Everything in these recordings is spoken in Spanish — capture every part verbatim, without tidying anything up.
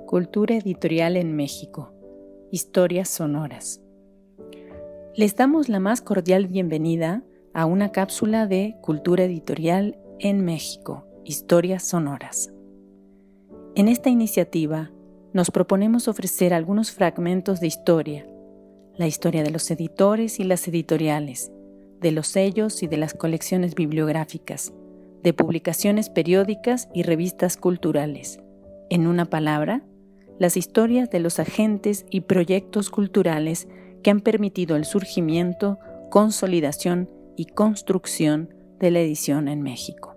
Cultura editorial en México. Historias sonoras. Les damos la más cordial bienvenida a una cápsula de Cultura editorial en México. Historias sonoras. En esta iniciativa nos proponemos ofrecer algunos fragmentos de historia, la historia de los editores y las editoriales, de los sellos y de las colecciones bibliográficas, de publicaciones periódicas y revistas culturales. En una palabra, las historias de los agentes y proyectos culturales que han permitido el surgimiento, consolidación y construcción de la edición en México.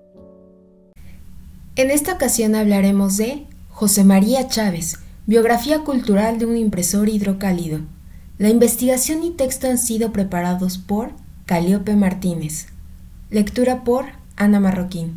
En esta ocasión hablaremos de José María Chávez, biografía cultural de un impresor hidrocálido. La investigación y texto han sido preparados por Calíope Martínez. Lectura por Ana Marroquín.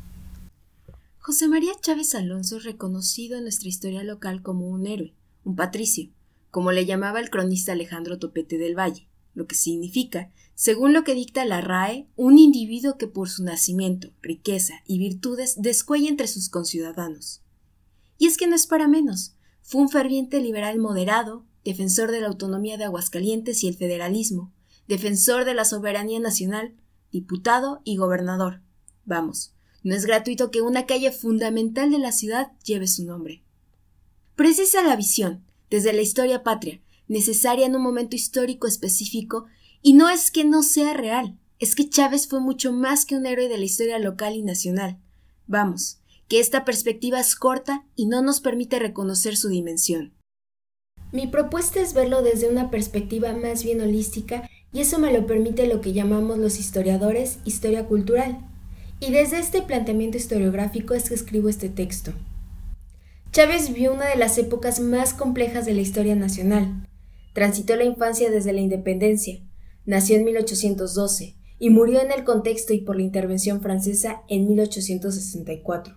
José María Chávez Alonso es reconocido en nuestra historia local como un héroe, un patricio, como le llamaba el cronista Alejandro Topete del Valle, lo que significa, según lo que dicta la R A E, un individuo que por su nacimiento, riqueza y virtudes descuella entre sus conciudadanos. Y es que no es para menos, fue un ferviente liberal moderado, defensor de la autonomía de Aguascalientes y el federalismo, defensor de la soberanía nacional, diputado y gobernador. Vamos, no es gratuito que una calle fundamental de la ciudad lleve su nombre. Pero es esa la visión, desde la historia patria, necesaria en un momento histórico específico, y no es que no sea real, es que Chávez fue mucho más que un héroe de la historia local y nacional. Vamos, que esta perspectiva es corta y no nos permite reconocer su dimensión. Mi propuesta es verlo desde una perspectiva más bien holística, y eso me lo permite lo que llamamos los historiadores historia cultural. Y desde este planteamiento historiográfico es que escribo este texto. Chávez vivió una de las épocas más complejas de la historia nacional. Transitó la infancia desde la independencia, nació en mil ochocientos doce y murió en el contexto y por la intervención francesa en mil ochocientos sesenta y cuatro.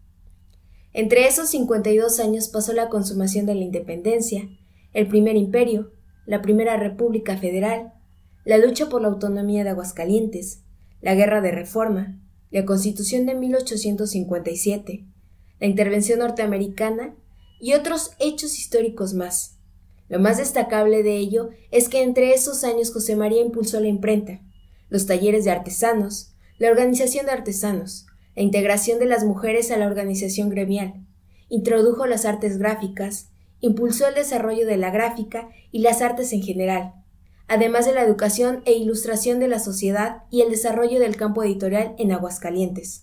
Entre esos cincuenta y dos años pasó la consumación de la independencia, el primer imperio, la primera república federal, la lucha por la autonomía de Aguascalientes, la guerra de reforma, la Constitución de mil ochocientos cincuenta y siete, la intervención norteamericana y otros hechos históricos más. Lo más destacable de ello es que entre esos años José María impulsó la imprenta, los talleres de artesanos, la organización de artesanos, la integración de las mujeres a la organización gremial, introdujo las artes gráficas, impulsó el desarrollo de la gráfica y las artes en general, además de la educación e ilustración de la sociedad y el desarrollo del campo editorial en Aguascalientes.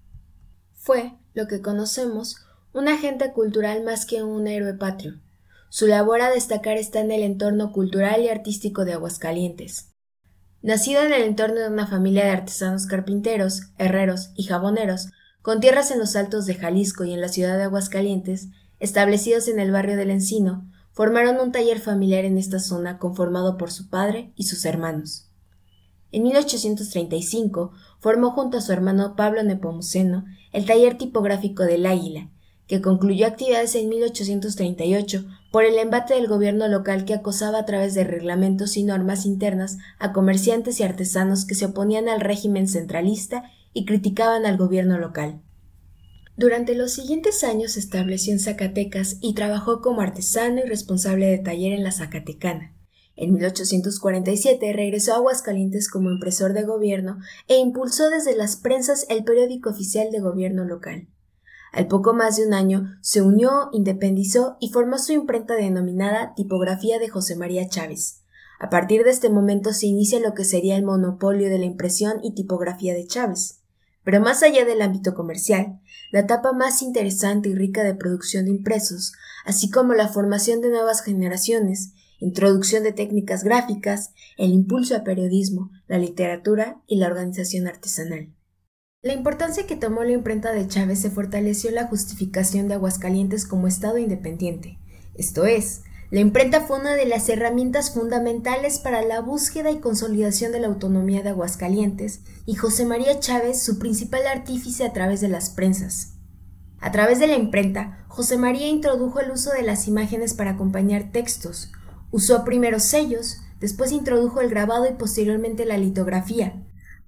Fue, lo que conocemos, un agente cultural más que un héroe patrio. Su labor a destacar está en el entorno cultural y artístico de Aguascalientes. Nacido en el entorno de una familia de artesanos carpinteros, herreros y jaboneros, con tierras en los altos de Jalisco y en la ciudad de Aguascalientes, establecidos en el barrio del Encino, formaron un taller familiar en esta zona conformado por su padre y sus hermanos. En mil ochocientos treinta y cinco formó junto a su hermano Pablo Nepomuceno el taller tipográfico del Águila, que concluyó actividades en mil ochocientos treinta y ocho por el embate del gobierno local que acosaba a través de reglamentos y normas internas a comerciantes y artesanos que se oponían al régimen centralista y criticaban al gobierno local. Durante los siguientes años se estableció en Zacatecas y trabajó como artesano y responsable de taller en la Zacatecana. En mil ochocientos cuarenta y siete regresó a Aguascalientes como impresor de gobierno e impulsó desde las prensas el periódico oficial de gobierno local. Al poco más de un año se unió, independizó y formó su imprenta denominada Tipografía de José María Chávez. A partir de este momento se inicia lo que sería el monopolio de la impresión y tipografía de Chávez. Pero más allá del ámbito comercial, la etapa más interesante y rica de producción de impresos, así como la formación de nuevas generaciones, introducción de técnicas gráficas, el impulso al periodismo, la literatura y la organización artesanal. La importancia que tomó la imprenta de Chávez se fortaleció en la justificación de Aguascalientes como estado independiente. Esto es, la imprenta fue una de las herramientas fundamentales para la búsqueda y consolidación de la autonomía de Aguascalientes, y José María Chávez su principal artífice a través de las prensas. A través de la imprenta, José María introdujo el uso de las imágenes para acompañar textos, usó primero sellos, después introdujo el grabado y posteriormente la litografía.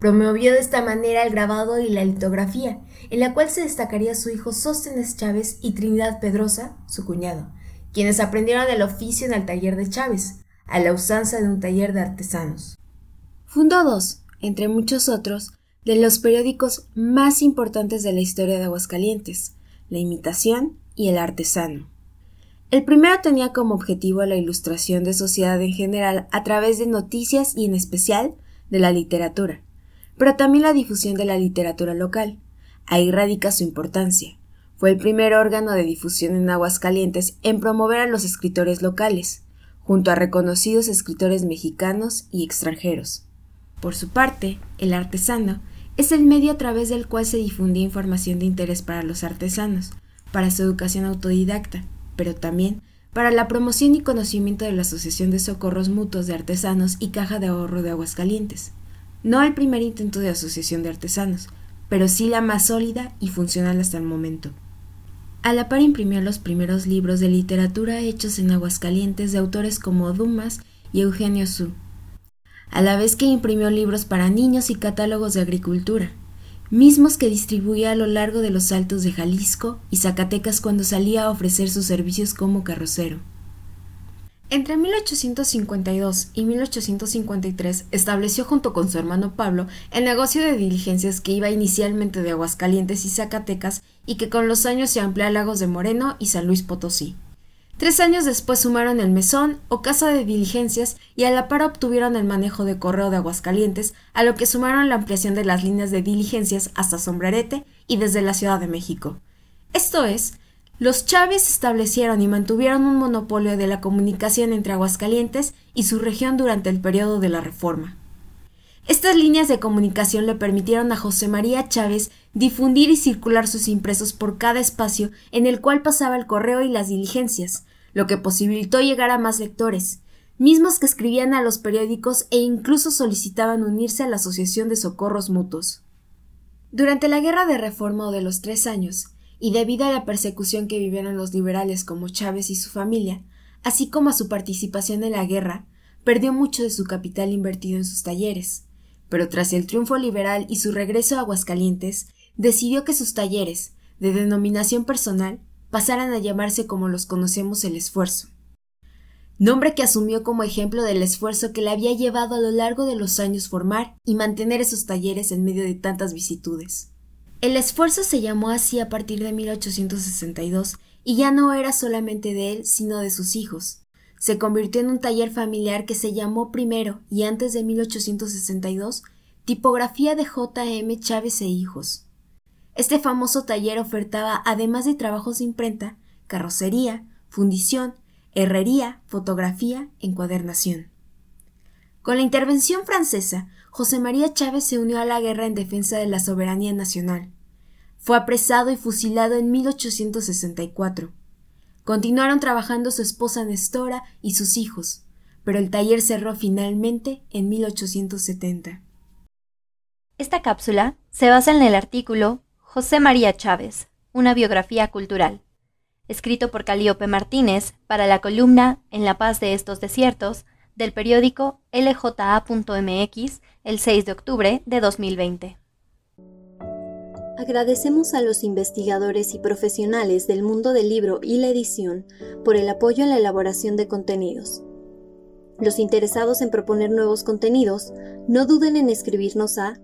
Promovió de esta manera el grabado y la litografía, en la cual se destacaría su hijo Sóstenes Chávez y Trinidad Pedrosa, su cuñado, quienes aprendieron el oficio en el taller de Chávez, a la usanza de un taller de artesanos. Fundó dos, entre muchos otros, de los periódicos más importantes de la historia de Aguascalientes, La Imitación y El Artesano. El primero tenía como objetivo la ilustración de sociedad en general a través de noticias y en especial de la literatura, pero también la difusión de la literatura local. Ahí radica su importancia. Fue el primer órgano de difusión en Aguascalientes en promover a los escritores locales, junto a reconocidos escritores mexicanos y extranjeros. Por su parte, El Artesano es el medio a través del cual se difundía información de interés para los artesanos, para su educación autodidacta, pero también para la promoción y conocimiento de la Asociación de Socorros Mutuos de Artesanos y Caja de Ahorro de Aguascalientes. No el primer intento de asociación de artesanos, pero sí la más sólida y funcional hasta el momento. A la par imprimió los primeros libros de literatura hechos en Aguascalientes de autores como Dumas y Eugenio Su, a la vez que imprimió libros para niños y catálogos de agricultura, mismos que distribuía a lo largo de los altos de Jalisco y Zacatecas cuando salía a ofrecer sus servicios como carrocero. Entre mil ochocientos cincuenta y dos y mil ochocientos cincuenta y tres estableció junto con su hermano Pablo el negocio de diligencias que iba inicialmente de Aguascalientes y Zacatecas y que con los años se amplió a Lagos de Moreno y San Luis Potosí. Tres años después sumaron el Mesón o Casa de Diligencias y a la par obtuvieron el manejo de correo de Aguascalientes, a lo que sumaron la ampliación de las líneas de diligencias hasta Sombrerete y desde la Ciudad de México. Esto es, los Chávez establecieron y mantuvieron un monopolio de la comunicación entre Aguascalientes y su región durante el periodo de la Reforma. Estas líneas de comunicación le permitieron a José María Chávez difundir y circular sus impresos por cada espacio en el cual pasaba el correo y las diligencias, lo que posibilitó llegar a más lectores, mismos que escribían a los periódicos e incluso solicitaban unirse a la Asociación de Socorros Mutuos. Durante la Guerra de Reforma o de los Tres Años, y debido a la persecución que vivieron los liberales como Chávez y su familia, así como a su participación en la guerra, perdió mucho de su capital invertido en sus talleres. Pero tras el triunfo liberal y su regreso a Aguascalientes, decidió que sus talleres, de denominación personal, pasaran a llamarse como los conocemos El Esfuerzo, nombre que asumió como ejemplo del esfuerzo que le había llevado a lo largo de los años formar y mantener esos talleres en medio de tantas vicisitudes. El Esfuerzo se llamó así a partir de mil ochocientos sesenta y dos y ya no era solamente de él, sino de sus hijos. Se convirtió en un taller familiar que se llamó primero y antes de mil ochocientos sesenta y dos Tipografía de J M Chávez e Hijos. Este famoso taller ofertaba, además de trabajos de imprenta, carrocería, fundición, herrería, fotografía, encuadernación. Con la intervención francesa, José María Chávez se unió a la guerra en defensa de la soberanía nacional. Fue apresado y fusilado en mil ochocientos sesenta y cuatro. Continuaron trabajando su esposa Nestora y sus hijos, pero el taller cerró finalmente en mil ochocientos setenta. Esta cápsula se basa en el artículo José María Chávez, una biografía cultural, escrito por Calíope Martínez para la columna En la paz de estos desiertos del periódico L J A punto M X el seis de octubre de dos mil veinte. Agradecemos a los investigadores y profesionales del mundo del libro y la edición por el apoyo en la elaboración de contenidos. Los interesados en proponer nuevos contenidos, no duden en escribirnos a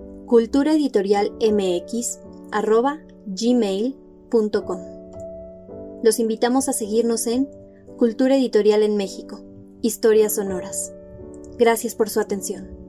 culturaeditorialmx arroba gmail punto com. Los invitamos a seguirnos en Cultura Editorial en México, Historias Sonoras. Gracias por su atención.